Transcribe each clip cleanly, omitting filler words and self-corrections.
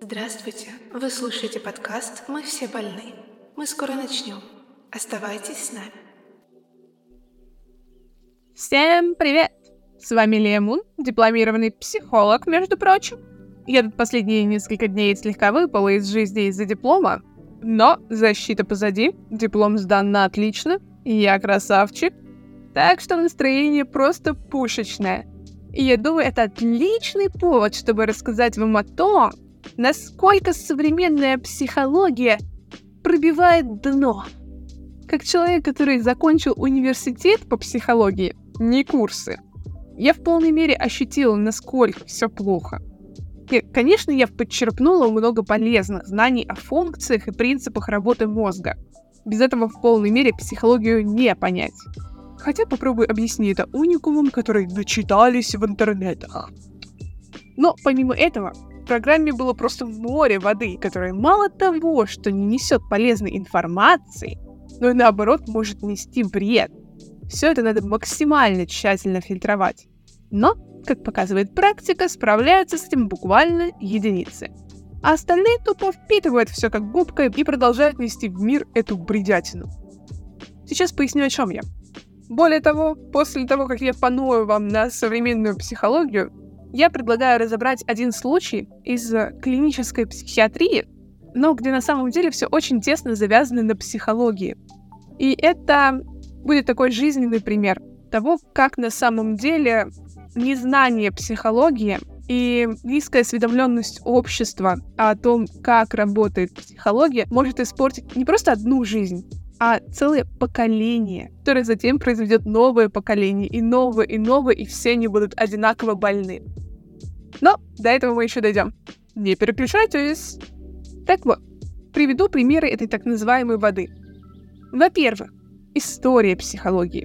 Здравствуйте! Вы слушаете подкаст «Мы все больны». Мы скоро начнем. Оставайтесь с нами. Всем привет! С вами Лия Мун, дипломированный психолог, между прочим. Я тут последние несколько дней слегка выпала из жизни из-за диплома, но защита позади, диплом сдан на отлично, и я красавчик. Так что настроение просто пушечное. И я думаю, это отличный повод, чтобы рассказать вам о том, насколько современная психология пробивает дно. Как человек, который закончил университет по психологии, не курсы, я в полной мере ощутила, насколько все плохо. И, конечно, я подчерпнула много полезных знаний о функциях и принципах работы мозга. Без этого в полной мере психологию не понять. Хотя попробуй объясни это уникумам, которые начитались в интернетах. Но помимо этого, в программе было просто море воды, которая мало того, что не несет полезной информации, но и наоборот может нести вред. Все это надо максимально тщательно фильтровать. Но, как показывает практика, справляются с этим буквально единицы. А остальные тупо впитывают все как губка и продолжают нести в мир эту бредятину. Сейчас поясню, о чем я. Более того, после того, как я паную вам на современную психологию, я предлагаю разобрать один случай из клинической психиатрии, но где на самом деле все очень тесно завязано на психологии. И это будет такой жизненный пример того, как на самом деле незнание психологии и низкая осведомленность общества о том, как работает психология, может испортить не просто одну жизнь, а целое поколение, которое затем произведет новое поколение, и новое, и все они будут одинаково больны. Но до этого мы еще дойдем. Не переключайтесь! Так вот, приведу примеры этой так называемой воды. Во-первых, история психологии.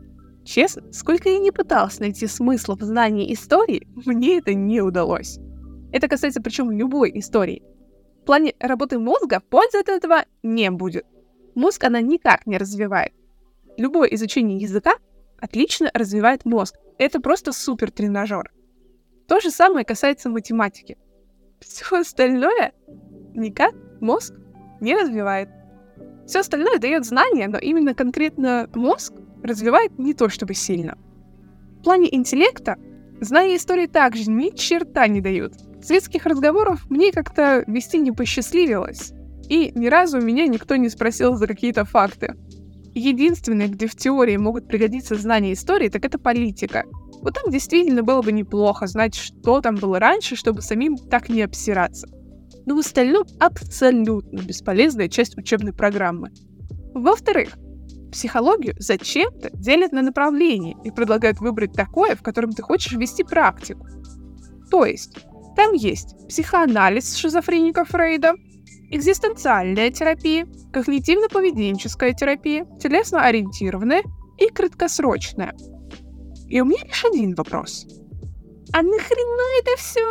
Честно, сколько я ни пыталась найти смысла в знании истории, мне это не удалось. Это касается причем любой истории. В плане работы мозга пользы от этого не будет. Мозг она никак не развивает. Любое изучение языка отлично развивает мозг. Это просто супер тренажер. То же самое касается математики. Все остальное никак мозг не развивает. Все остальное дает знания, но именно конкретно мозг развивает не то чтобы сильно. В плане интеллекта знания истории также ни черта не дают. Светских разговоров мне как-то вести не посчастливилось. И ни разу меня никто не спросил за какие-то факты. Единственное, где в теории могут пригодиться знания истории, так это политика. Вот там действительно было бы неплохо знать, что там было раньше, чтобы самим так не обсираться. Но в остальном абсолютно бесполезная часть учебной программы. Во-вторых, психологию зачем-то делят на направления и предлагают выбрать такое, в котором ты хочешь вести практику. То есть, там есть психоанализ шизофреника Фрейда, экзистенциальная терапия, когнитивно-поведенческая терапия, телесно-ориентированная и краткосрочная. И у меня лишь один вопрос. А нахрена это все?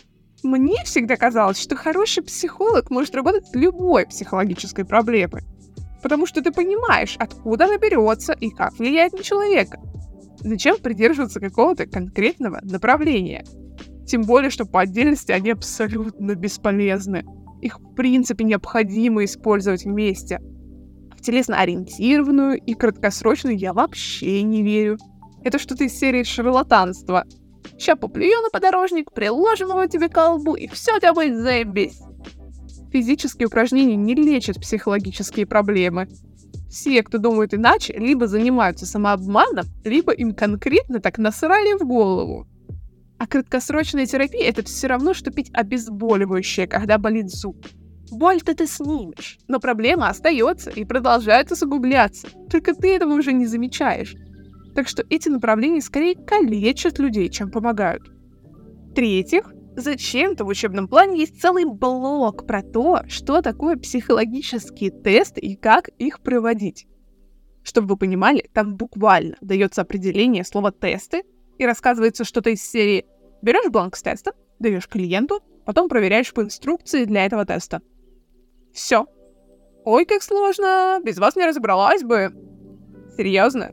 Мне всегда казалось, что хороший психолог может работать с любой психологической проблемой. Потому что ты понимаешь, откуда она берется и как влияет на человека. Зачем придерживаться какого-то конкретного направления? Тем более, что по отдельности они абсолютно бесполезны. Их в принципе необходимо использовать вместе. В телесно-ориентированную и краткосрочную я вообще не верю. Это что-то из серии шарлатанства. Ща поплюю на подорожник, приложим его тебе к колбу, и все у тебя будет заебись. Физические упражнения не лечат психологические проблемы. Все, кто думает иначе, либо занимаются самообманом, либо им конкретно так насрали в голову. А краткосрочная терапия — это все равно, что пить обезболивающее, когда болит зуб. Боль-то ты снимешь, но проблема остается и продолжает усугубляться. Только ты этого уже не замечаешь. Так что эти направления скорее калечат людей, чем помогают. В-третьих, зачем-то в учебном плане есть целый блок про то, что такое психологические тесты и как их проводить. Чтобы вы понимали, там буквально дается определение слова «тесты», и рассказывается что-то из серии «берешь бланк с тестом, даешь клиенту, потом проверяешь по инструкции для этого теста». Все. Ой, как сложно, без вас не разобралась бы. Серьезно?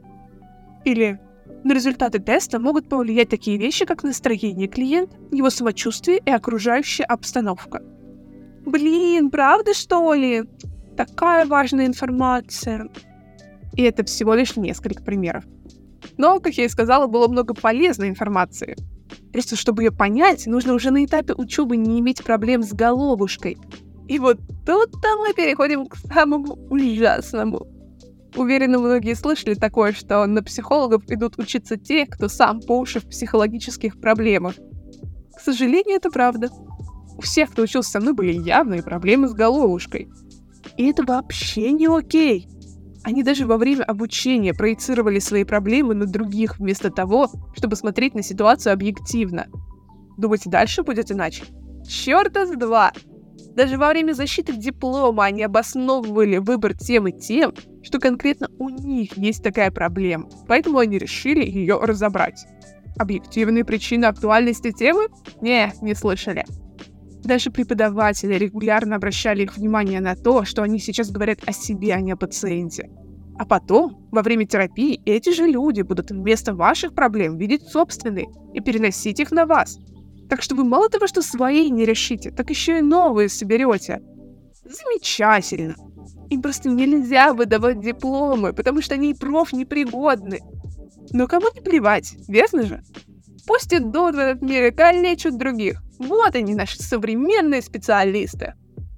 Или на результаты теста могут повлиять такие вещи, как настроение клиента, его самочувствие и окружающая обстановка. Блин, правда, что ли? Такая важная информация. И это всего лишь несколько примеров. Но, как я и сказала, было много полезной информации. Просто чтобы ее понять, нужно уже на этапе учебы не иметь проблем с головушкой. И вот тут-то мы переходим к самому ужасному. Уверена, многие слышали такое, что на психологов идут учиться те, кто сам по уши в психологических проблемах. К сожалению, это правда. У всех, кто учился со мной, были явные проблемы с головушкой. И это вообще не окей. Они даже во время обучения проецировали свои проблемы на других, вместо того, чтобы смотреть на ситуацию объективно. Думаете, дальше будет иначе? Чёрта с два! Даже во время защиты диплома они обосновывали выбор темы тем, что конкретно у них есть такая проблема, поэтому они решили ее разобрать. Объективные причины актуальности темы? Не слышали. Даже преподаватели регулярно обращали их внимание на то, что они сейчас говорят о себе, а не о пациенте. А потом, во время терапии, эти же люди будут вместо ваших проблем видеть собственные и переносить их на вас. Так что вы мало того, что свои не решите, так еще и новые соберете. Замечательно. Им просто нельзя выдавать дипломы, потому что они и профнепригодны. Но кому не плевать, верно же? Пусть идут в этот мир и калечат других. Вот они, наши современные специалисты.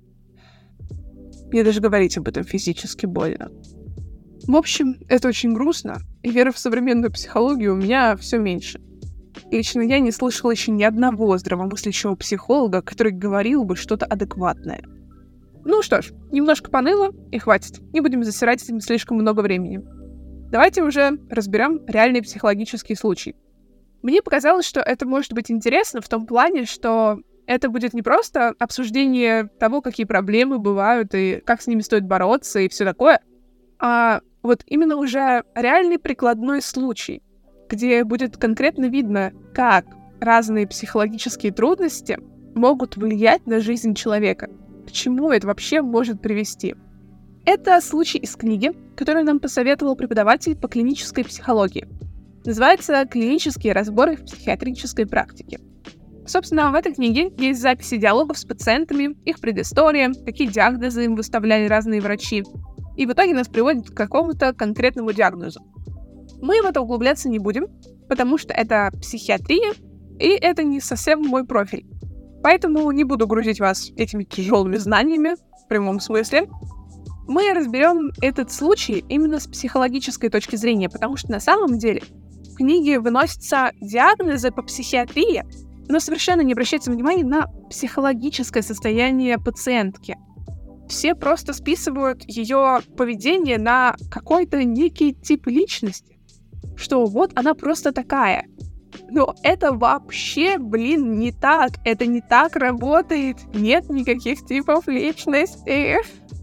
Мне даже говорить об этом физически больно. В общем, это очень грустно, и веры в современную психологию у меня все меньше. Лично я не слышала еще ни одного здравомыслящего психолога, который говорил бы что-то адекватное. Ну что ж, немножко поныло, и хватит. Не будем засирать этим слишком много времени. Давайте уже разберем реальные психологические случаи. Мне показалось, что это может быть интересно в том плане, что это будет не просто обсуждение того, какие проблемы бывают и как с ними стоит бороться и все такое, а вот именно уже реальный прикладной случай, где будет конкретно видно, как разные психологические трудности могут влиять на жизнь человека, к чему это вообще может привести. Это случай из книги, которую нам посоветовал преподаватель по клинической психологии. Называется «Клинические разборы в психиатрической практике». Собственно, в этой книге есть записи диалогов с пациентами, их предыстория, какие диагнозы им выставляли разные врачи. И в итоге нас приводит к какому-то конкретному диагнозу. Мы в это углубляться не будем, потому что это психиатрия, и это не совсем мой профиль. Поэтому не буду грузить вас этими тяжелыми знаниями, в прямом смысле. Мы разберем этот случай именно с психологической точки зрения, потому что на самом деле в книге выносятся диагнозы по психиатрии, но совершенно не обращается внимания на психологическое состояние пациентки. Все просто списывают ее поведение на какой-то некий тип личности, что вот она просто такая. Но это вообще, не так. Это не так работает. Нет никаких типов личности.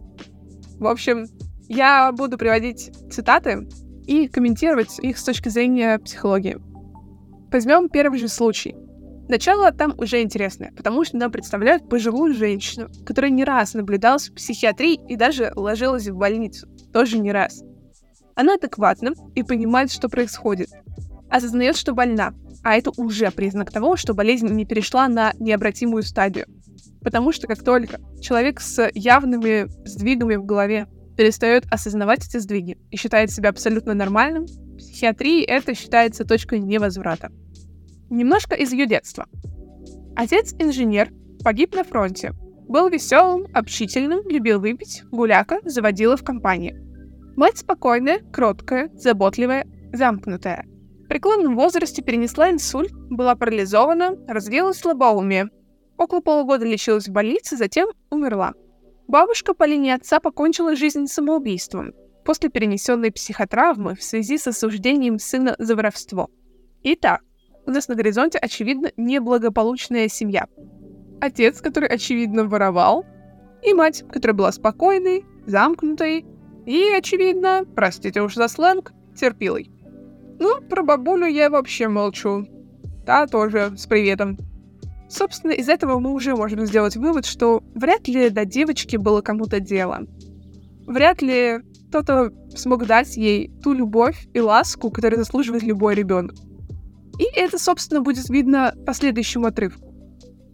В общем, я буду приводить цитаты и комментировать их с точки зрения психологии. Возьмем первый же случай. Начало там уже интересное, потому что нам представляют пожилую женщину, которая не раз наблюдалась в психиатрии и даже ложилась в больницу. Тоже не раз. Она адекватна и понимает, что происходит. Осознает, что больна, а это уже признак того, что болезнь не перешла на необратимую стадию. Потому что как только человек с явными сдвигами в голове перестает осознавать эти сдвиги и считает себя абсолютно нормальным, в психиатрии это считается точкой невозврата. Немножко из ее детства. Отец инженер, погиб на фронте. Был веселым, общительным, любил выпить, гуляка, заводила в компании. Мать спокойная, кроткая, заботливая, замкнутая. В преклонном возрасте перенесла инсульт, была парализована, развила слабоумие. Около полугода лечилась в больнице, затем умерла. Бабушка по линии отца покончила жизнь самоубийством после перенесенной психотравмы в связи с осуждением сына за воровство. Итак, у нас на горизонте, очевидно, неблагополучная семья. Отец, который, очевидно, воровал, и мать, которая была спокойной, замкнутой и, очевидно, простите уж за сленг, терпилой. Ну, про бабулю я вообще молчу. Та тоже с приветом. Собственно, из этого мы уже можем сделать вывод, что вряд ли до девочки было кому-то дело. Вряд ли кто-то смог дать ей ту любовь и ласку, которую заслуживает любой ребенок. И это, собственно, будет видно по следующему отрывку.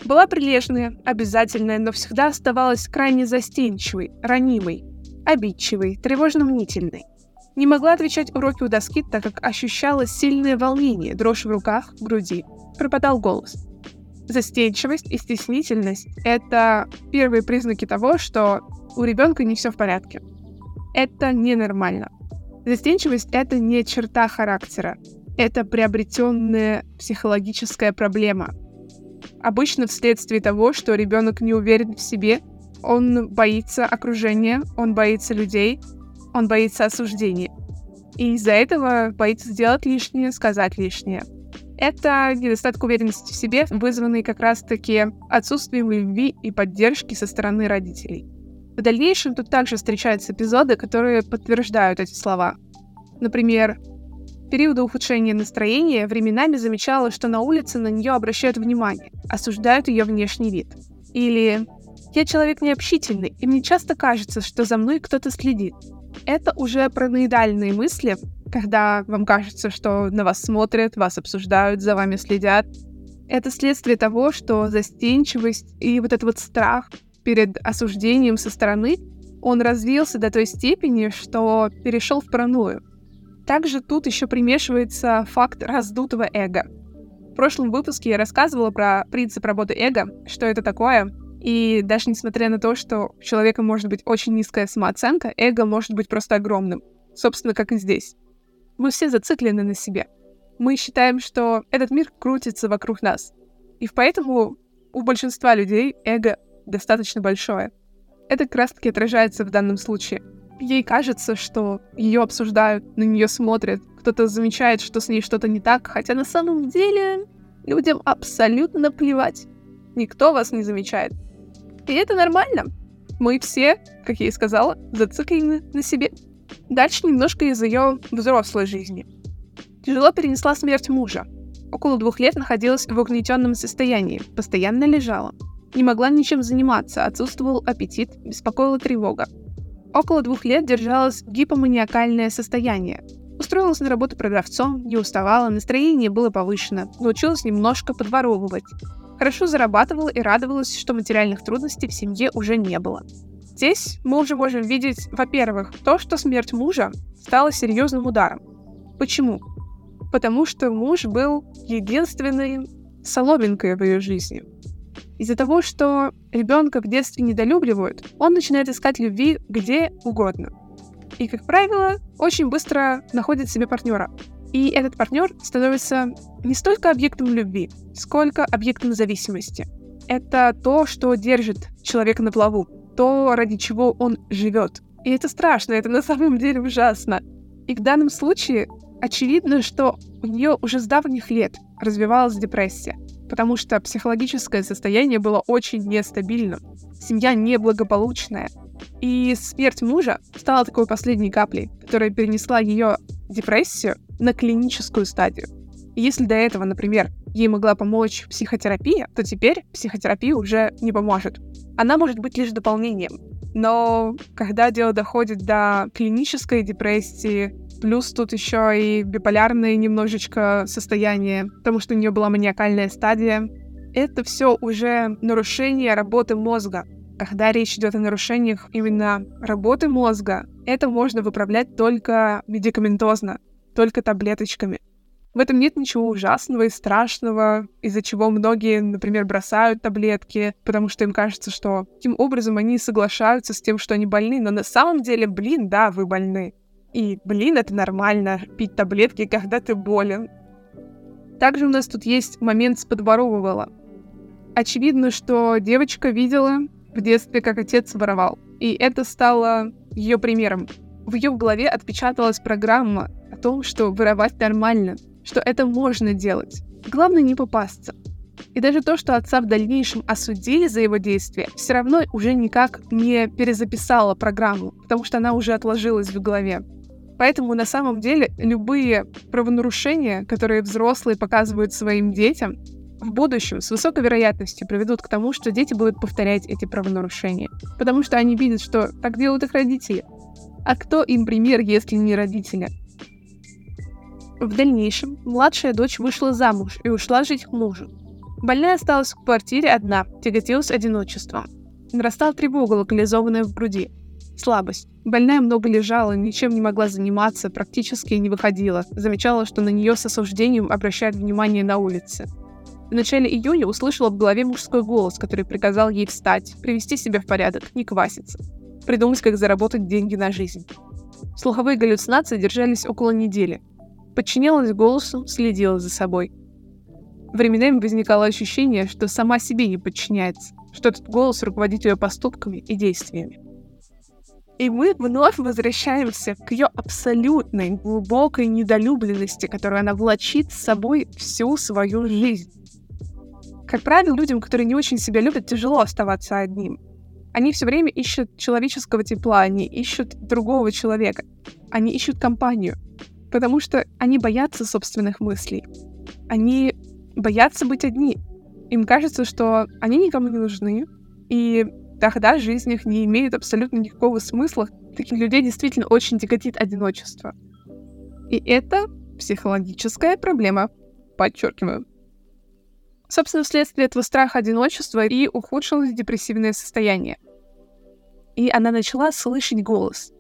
Была прилежная, обязательная, но всегда оставалась крайне застенчивой, ранимой, обидчивой, тревожно-мнительной. Не могла отвечать уроки у доски, так как ощущала сильное волнение, дрожь в руках, в груди. Пропадал голос. Застенчивость и стеснительность — это первые признаки того, что у ребенка не все в порядке. Это ненормально. Застенчивость — это не черта характера. Это приобретенная психологическая проблема. Обычно вследствие того, что ребенок не уверен в себе, он боится окружения, он боится людей, он боится осуждения. И из-за этого боится сделать лишнее, сказать лишнее. Это недостаток уверенности в себе, вызванный как раз-таки отсутствием любви и поддержки со стороны родителей. В дальнейшем тут также встречаются эпизоды, которые подтверждают эти слова. Например, в периоды ухудшения настроения временами замечала, что на улице на нее обращают внимание, осуждают ее внешний вид. Или «Я человек необщительный, и мне часто кажется, что за мной кто-то следит». Это уже параноидальные мысли, когда вам кажется, что на вас смотрят, вас обсуждают, за вами следят. Это следствие того, что застенчивость и вот этот вот страх перед осуждением со стороны, он развился до той степени, что перешел в паранойю. Также тут еще примешивается факт раздутого эго. В прошлом выпуске я рассказывала про принцип работы эго, что это такое. И даже несмотря на то, что у человека может быть очень низкая самооценка, эго может быть просто огромным. Собственно, как и здесь. Мы все зациклены на себе. Мы считаем, что этот мир крутится вокруг нас. И поэтому у большинства людей эго достаточно большое. Это как раз-таки отражается в данном случае. Ей кажется, что ее обсуждают, на нее смотрят, кто-то замечает, что с ней что-то не так, хотя на самом деле людям абсолютно плевать. Никто вас не замечает. И это нормально. Мы все, как я и сказала, зациклены на себе. Дальше немножко из ее взрослой жизни. Тяжело перенесла смерть мужа. Около 2 лет находилась в угнетенном состоянии, постоянно лежала. Не могла ничем заниматься, отсутствовал аппетит, беспокоила тревога. Около 2 лет держалось гипоманиакальное состояние. Устроилась на работу продавцом, не уставала, настроение было повышено, научилась немножко подворовывать. Хорошо зарабатывала и радовалась, что материальных трудностей в семье уже не было. Здесь мы уже можем видеть, во-первых, то, что смерть мужа стала серьезным ударом. Почему? Потому что муж был единственной соломинкой в ее жизни. Из-за того, что ребенка в детстве недолюбливают, он начинает искать любви где угодно. И, как правило, очень быстро находит себе партнера. И этот партнер становится не столько объектом любви, сколько объектом зависимости. Это то, что держит человека на плаву, то, ради чего он живет. И это страшно, это на самом деле ужасно. И в данном случае очевидно, что у нее уже с давних лет развивалась депрессия, потому что психологическое состояние было очень нестабильным, семья неблагополучная. И смерть мужа стала такой последней каплей, которая перенесла ее депрессию на клиническую стадию. И если до этого, например, ей могла помочь психотерапия, то теперь психотерапия уже не поможет. Она может быть лишь дополнением. Но когда дело доходит до клинической депрессии, плюс тут еще и биполярное немножечко состояние, потому что у нее была маниакальная стадия, это все уже нарушение работы мозга. Когда речь идет о нарушениях именно работы мозга, это можно выправлять только медикаментозно, только таблеточками. В этом нет ничего ужасного и страшного, из-за чего многие, например, бросают таблетки, потому что им кажется, что таким образом они соглашаются с тем, что они больны, но на самом деле, да, вы больны. И, это нормально, пить таблетки, когда ты болен. Также у нас тут есть момент с подворовывала. Очевидно, что девочка видела в детстве, как отец воровал, и это стало ее примером. В ее голове отпечаталась программа о том, что воровать нормально, что это можно делать. Главное не попасться. И даже то, что отца в дальнейшем осудили за его действия, все равно уже никак не перезаписало программу, потому что она уже отложилась в голове. Поэтому на самом деле любые правонарушения, которые взрослые показывают своим детям, в будущем с высокой вероятностью приведут к тому, что дети будут повторять эти правонарушения. Потому что они видят, что так делают их родители. А кто им пример, если не родители? В дальнейшем младшая дочь вышла замуж и ушла жить к мужу. Больная осталась в квартире одна, тяготилась одиночеством. Нарастала тревога, локализованная в груди. Слабость. Больная много лежала, ничем не могла заниматься, практически не выходила. Замечала, что на нее с осуждением обращают внимание на улице. В начале июня услышала в голове мужской голос, который приказал ей встать, привести себя в порядок, не кваситься, придумать, как заработать деньги на жизнь. Слуховые галлюцинации держались около недели. Подчинялась голосу, следила за собой. Временами возникало ощущение, что сама себе не подчиняется, что этот голос руководит ее поступками и действиями. И мы вновь возвращаемся к ее абсолютной, глубокой недолюбленности, которую она влачит с собой всю свою жизнь. Как правило, людям, которые не очень себя любят, тяжело оставаться одним. Они все время ищут человеческого тепла, они ищут другого человека, они ищут компанию, потому что они боятся собственных мыслей. Они боятся быть одни. Им кажется, что они никому не нужны, и тогда жизнь их не имеет абсолютно никакого смысла. Таких людей действительно очень тяготит одиночество. И это психологическая проблема, подчеркиваю. Собственно, вследствие этого страха одиночества и ухудшилось депрессивное состояние. И она начала слышать голос.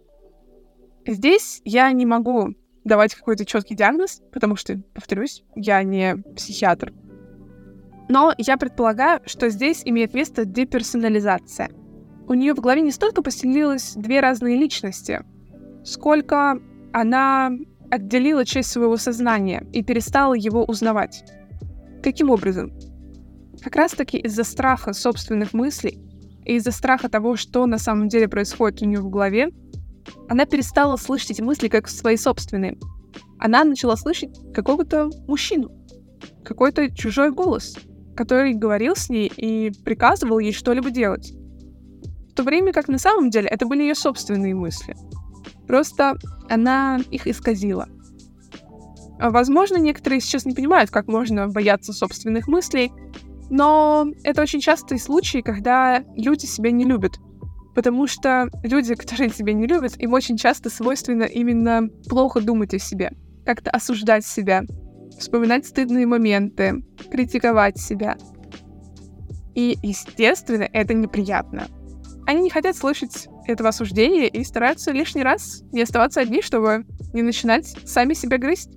Здесь я не могу давать какой-то четкий диагноз, потому что, повторюсь, я не психиатр. Но я предполагаю, что здесь имеет место деперсонализация. У нее в голове не столько поселилось две разные личности, сколько она отделила часть своего сознания и перестала его узнавать. Каким образом? Как раз-таки из-за страха собственных мыслей и из-за страха того, что на самом деле происходит у нее в голове, она перестала слышать эти мысли как свои собственные. Она начала слышать какого-то мужчину, какой-то чужой голос, который говорил с ней и приказывал ей что-либо делать. В то время как на самом деле это были ее собственные мысли. Просто она их исказила. Возможно, некоторые сейчас не понимают, как можно бояться собственных мыслей, но это очень частый случай, когда люди себя не любят. Потому что люди, которые себя не любят, им очень часто свойственно именно плохо думать о себе, как-то осуждать себя, вспоминать стыдные моменты, критиковать себя. И, естественно, это неприятно. Они не хотят слышать этого осуждения и стараются лишний раз не оставаться одни, чтобы не начинать сами себя грызть.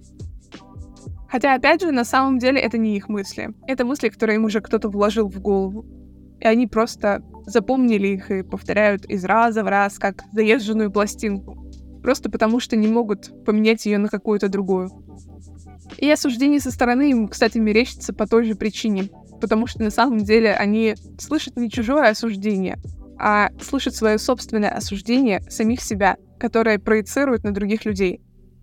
Хотя, опять же, на самом деле это не их мысли. Это мысли, которые им уже кто-то вложил в голову. И они просто запомнили их и повторяют из раза в раз, как заезженную пластинку. Просто потому, что не могут поменять ее на какую-то другую. И осуждение со стороны им, кстати, мерещится по той же причине. Потому что на самом деле они слышат не чужое осуждение, а слышат свое собственное осуждение самих себя, которое проецируют на других людей.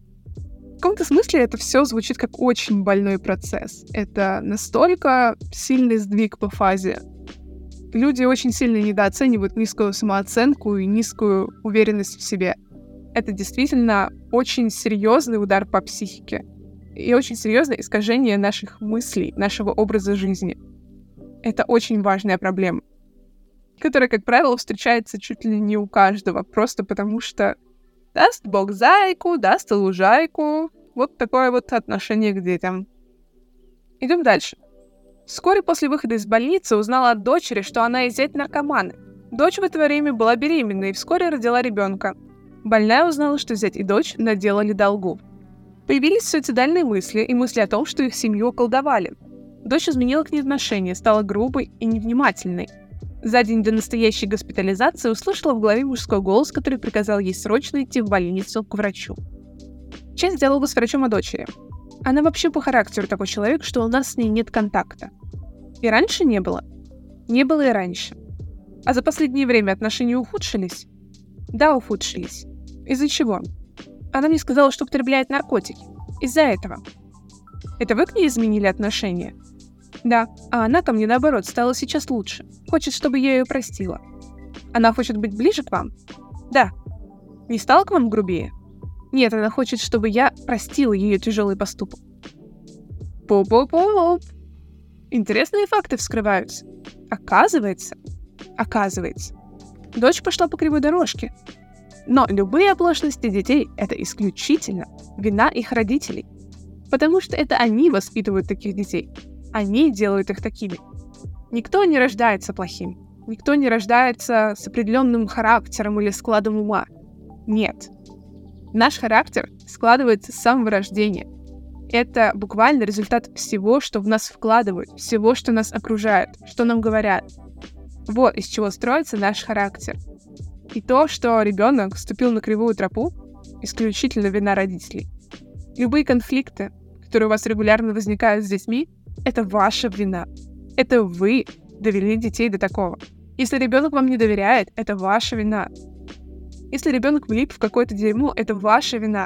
В каком-то смысле это все звучит как очень больной процесс. Это настолько сильный сдвиг по фазе. Люди очень сильно недооценивают низкую самооценку и низкую уверенность в себе. Это действительно очень серьезный удар по психике и очень серьезное искажение наших мыслей, нашего образа жизни. Это очень важная проблема, которая, как правило, встречается чуть ли не у каждого, просто потому что даст Бог зайку, даст лужайку. Вот такое вот отношение к детям. Идем дальше. Вскоре после выхода из больницы узнала от дочери, что она и зять наркоманы. Дочь в это время была беременна и вскоре родила ребенка. Больная узнала, что зять и дочь наделали долгов. Появились суицидальные мысли и мысли о том, что их семью околдовали. Дочь изменила к ней отношение, стала грубой и невнимательной. За день до настоящей госпитализации услышала в голове мужской голос, который приказал ей срочно идти в больницу к врачу. Часть диалога с врачом о дочери. Она вообще по характеру такой человек, что у нас с ней нет контакта. И раньше не было. Не было и раньше. А за последнее время отношения ухудшились? Да, ухудшились. Из-за чего? Она мне сказала, что употребляет наркотики. Из-за этого. Это вы к ней изменили отношения? Да, а она ко мне, наоборот, стала сейчас лучше. Хочет, чтобы я ее простила. Она хочет быть ближе к вам? Да. Не стала к вам грубее? Нет, она хочет, чтобы я простила ее тяжелый поступок. Поп-поп-поп. Интересные факты вскрываются. Оказывается, дочь пошла по кривой дорожке. Но любые оплошности детей — это исключительно вина их родителей. Потому что это они воспитывают таких детей. Они делают их такими. Никто не рождается плохим. Никто не рождается с определенным характером или складом ума. Нет. Наш характер складывается с самого рождения. Это буквально результат всего, что в нас вкладывают, всего, что нас окружает, что нам говорят. Вот из чего строится наш характер. И то, что ребенок вступил на кривую тропу, исключительно вина родителей. Любые конфликты, которые у вас регулярно возникают с детьми, это ваша вина. Это вы довели детей до такого. Если ребенок вам не доверяет, это ваша вина. Если ребенок влип в какое-то дерьмо, это ваша вина.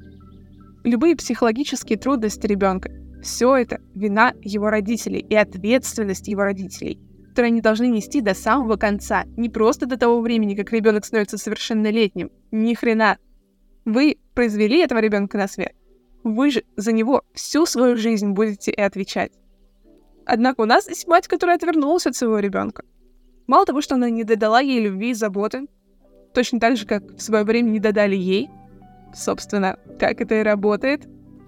Любые психологические трудности ребенка, все это вина его родителей и ответственность его родителей, которые они должны нести до самого конца, не просто до того времени, как ребенок становится совершеннолетним. Ни хрена. Вы произвели этого ребенка на свет. Вы же за него всю свою жизнь будете и отвечать. Однако у нас есть мать, которая отвернулась от своего ребенка. Мало того, что она не додала ей любви и заботы, точно так же, как в свое время не додали ей. Собственно, как это и работает.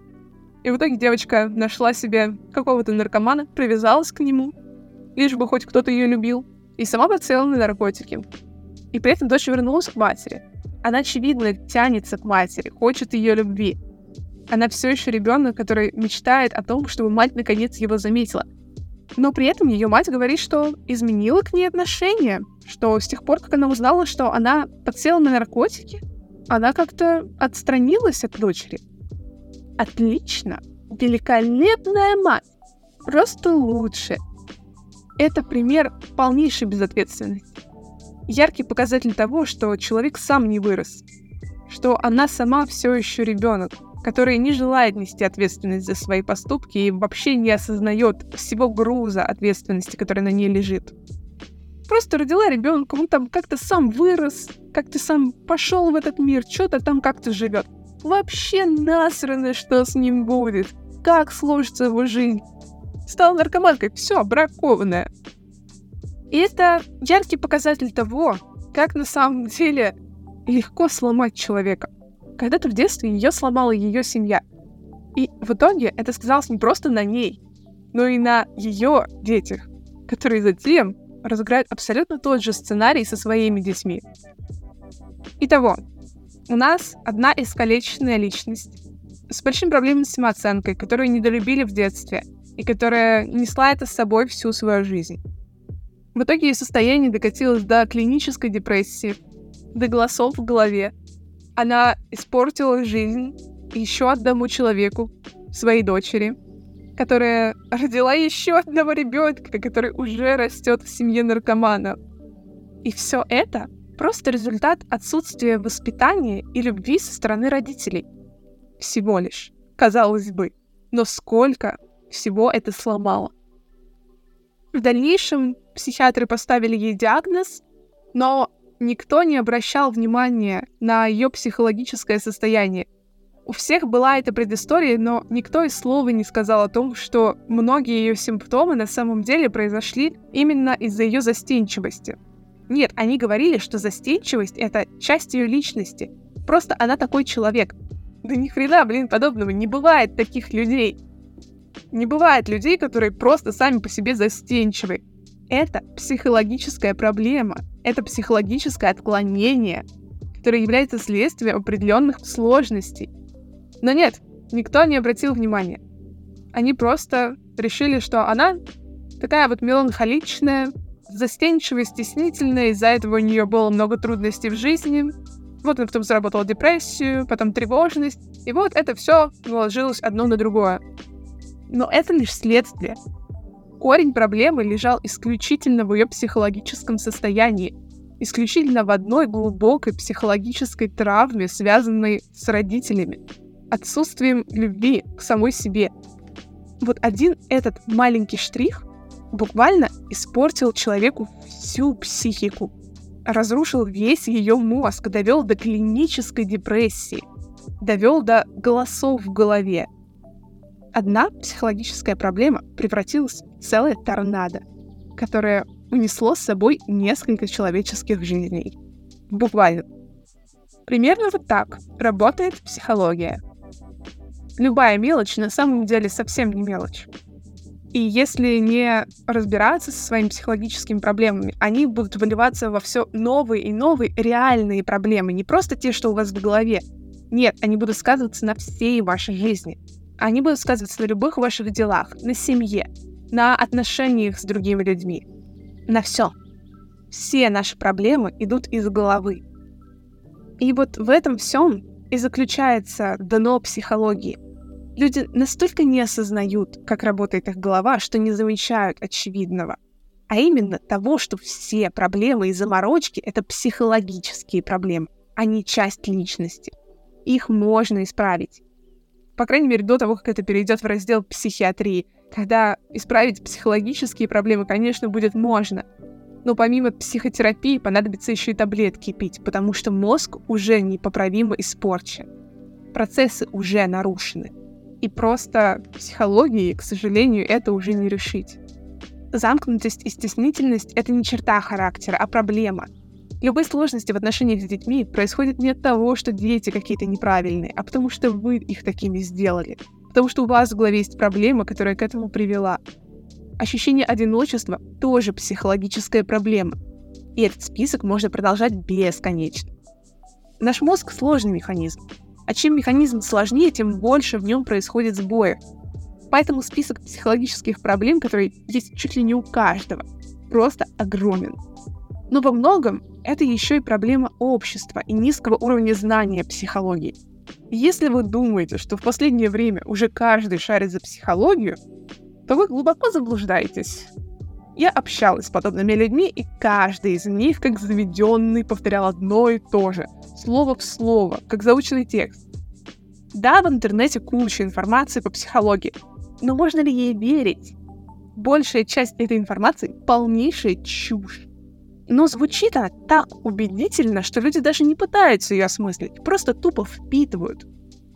И в итоге девочка нашла себе какого-то наркомана, привязалась к нему, лишь бы хоть кто-то ее любил, и сама подсела на наркотики. И при этом дочь вернулась к матери. Она, очевидно, тянется к матери, хочет ее любви. Она все еще ребенок, который мечтает о том, чтобы мать наконец его заметила. Но при этом ее мать говорит, что изменила к ней отношение, что с тех пор, как она узнала, что она подсела на наркотики, она как-то отстранилась от дочери. Отлично! Великолепная мать! Просто лучше! Это пример полнейшей безответственности. Яркий показатель того, что человек сам не вырос, что она сама все еще ребенок, который не желает нести ответственность за свои поступки и вообще не осознает всего груза ответственности, который на ней лежит. Просто родила ребенка, он там как-то сам вырос, как-то сам пошел в этот мир, что-то там как-то живет. Вообще насрано, что с ним будет, как сложится его жизнь. Стала наркоманкой, все, бракованная. И это яркий показатель того, как на самом деле легко сломать человека. Когда-то в детстве ее сломала ее семья. И в итоге это сказалось не просто на ней, но и на ее детях, которые затем разыграют абсолютно тот же сценарий со своими детьми. Итого, у нас одна искалеченная личность с большими проблемами с самооценкой, которую недолюбили в детстве и которая несла это с собой всю свою жизнь. В итоге ее состояние докатилось до клинической депрессии, до голосов в голове. Она испортила жизнь еще одному человеку, своей дочери, которая родила еще одного ребенка, который уже растет в семье наркомана. И все это просто результат отсутствия воспитания и любви со стороны родителей. Всего лишь, казалось бы. Но сколько всего это сломало. В дальнейшем психиатры поставили ей диагноз, но никто не обращал внимания на ее психологическое состояние. У всех была эта предыстория, но никто и слова не сказал о том, что многие ее симптомы на самом деле произошли именно из-за ее застенчивости. Нет, они говорили, что застенчивость — это часть ее личности. Просто она такой человек. Да ни хрена, подобного. Не бывает таких людей. Не бывает людей, которые просто сами по себе застенчивы. Это психологическая проблема. Это психологическое отклонение, которое является следствием определенных сложностей. Но нет, никто не обратил внимания. Они просто решили, что она такая вот меланхоличная, застенчивая, стеснительная, из-за этого у нее было много трудностей в жизни. Вот она потом заработала депрессию, потом тревожность, и вот это все наложилось одно на другое. Но это лишь следствие. Корень проблемы лежал исключительно в ее психологическом состоянии, исключительно в одной глубокой психологической травме, связанной с родителями, отсутствием любви к самой себе. Вот один этот маленький штрих буквально испортил человеку всю психику, разрушил весь ее мозг, довел до клинической депрессии, довел до голосов в голове. Одна психологическая проблема превратилась в целое торнадо, которое унесло с собой несколько человеческих жизней. Буквально. Примерно вот так работает психология. Любая мелочь на самом деле совсем не мелочь. И если не разбираться со своими психологическими проблемами, они будут выливаться во все новые и новые реальные проблемы. Не просто те, что у вас в голове. Нет, они будут сказываться на всей вашей жизни. Они будут сказываться на любых ваших делах, на семье, на отношениях с другими людьми. На все. Все наши проблемы идут из головы. И вот в этом всем и заключается дно психологии. Люди настолько не осознают, как работает их голова, что не замечают очевидного. А именно того, что все проблемы и заморочки — это психологические проблемы, а не часть личности. Их можно исправить. По крайней мере, до того, как это перейдет в раздел психиатрии. Когда исправить психологические проблемы, конечно, будет можно. Но помимо психотерапии понадобится еще и таблетки пить, потому что мозг уже непоправимо испорчен. Процессы уже нарушены. И просто психологией, к сожалению, это уже не решить. Замкнутость и стеснительность — это не черта характера, а проблема. Любые сложности в отношениях с детьми происходят не от того, что дети какие-то неправильные, а потому что вы их такими сделали. Потому что у вас в голове есть проблема, которая к этому привела. Ощущение одиночества — тоже психологическая проблема. И этот список можно продолжать бесконечно. Наш мозг — сложный механизм. А чем механизм сложнее, тем больше в нем происходит сбоев. Поэтому список психологических проблем, которые есть чуть ли не у каждого, просто огромен. Но во многом это еще и проблема общества и низкого уровня знания психологии. Если вы думаете, что в последнее время уже каждый шарит за психологию, то вы глубоко заблуждаетесь. Я общалась с подобными людьми, и каждый из них, как заведенный, повторял одно и то же, слово в слово, как заученный текст. Да, в интернете куча информации по психологии, но можно ли ей верить? Большая часть этой информации — полнейшая чушь. Но звучит она так убедительно, что люди даже не пытаются ее осмыслить, просто тупо впитывают.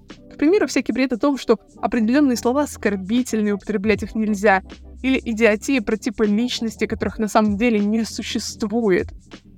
К примеру, всякий бред о том, что определенные слова оскорбительные, употреблять их нельзя, или идиотия про типы личности, которых на самом деле не существует.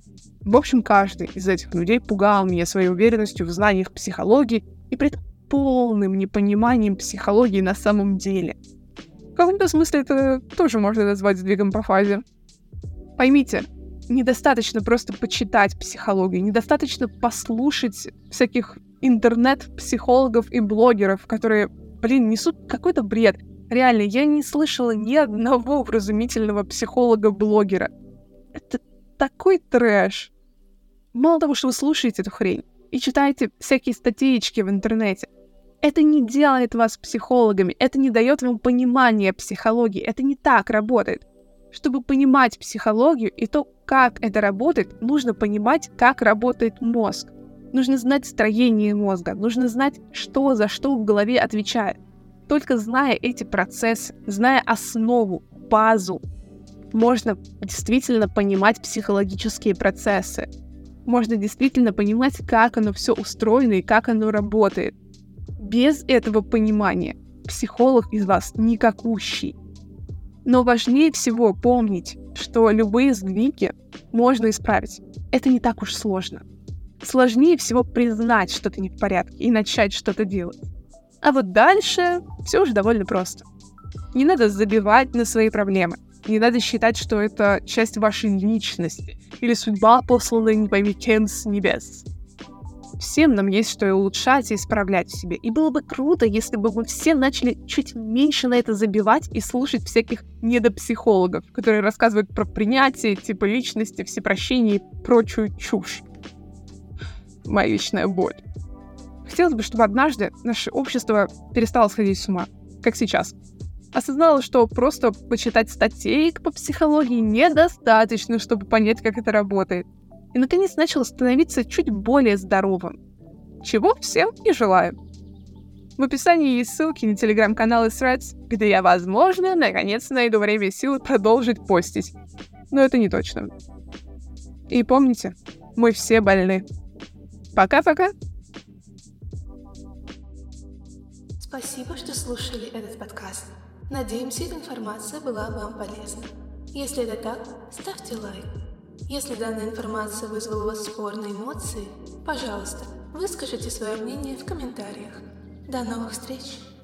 В общем, каждый из этих людей пугал меня своей уверенностью в знаниях психологии и при этом полным непониманием психологии на самом деле. В каком-то смысле это тоже можно назвать сдвигом по фазе. Поймите, недостаточно просто почитать психологию, недостаточно послушать всяких интернет-психологов и блогеров, которые, несут какой-то бред. Реально, я не слышала ни одного вразумительного психолога-блогера. Это такой трэш. Мало того, что вы слушаете эту хрень и читаете всякие статейки в интернете, это не делает вас психологами, это не дает вам понимания психологии, это не так работает. Чтобы понимать психологию и то, как это работает, нужно понимать, как работает мозг. Нужно знать строение мозга, нужно знать, что за что в голове отвечает. Только зная эти процессы, зная основу, базу, можно действительно понимать психологические процессы. Можно действительно понимать, как оно все устроено и как оно работает. Без этого понимания психолог из вас никакущий. Но важнее всего помнить, что любые сдвиги можно исправить. Это не так уж сложно. Сложнее всего признать, что ты не в порядке, и начать что-то делать. А вот дальше все уже довольно просто. Не надо забивать на свои проблемы. Не надо считать, что это часть вашей личности или судьба, посланная не пойми кем с небес. Всем нам есть что и улучшать, и исправлять в себе. И было бы круто, если бы мы все начали чуть меньше на это забивать и слушать всяких недопсихологов, которые рассказывают про принятие, типа личности, всепрощение и прочую чушь. Моя вечная боль. Хотелось бы, чтобы однажды наше общество перестало сходить с ума, как сейчас. Осознало, что просто почитать статейк по психологии недостаточно, чтобы понять, как это работает. И, наконец, начало становиться чуть более здоровым. Чего всем и желаю. В описании есть ссылки на телеграм-канал и Threads, где я, возможно, наконец найду время и силы продолжить постить. Но это не точно. И помните, мы все больны. Пока-пока! Спасибо, что слушали этот подкаст. Надеемся, эта информация была вам полезна. Если это так, ставьте лайк. Если данная информация вызвала у вас спорные эмоции, пожалуйста, выскажите свое мнение в комментариях. До новых встреч!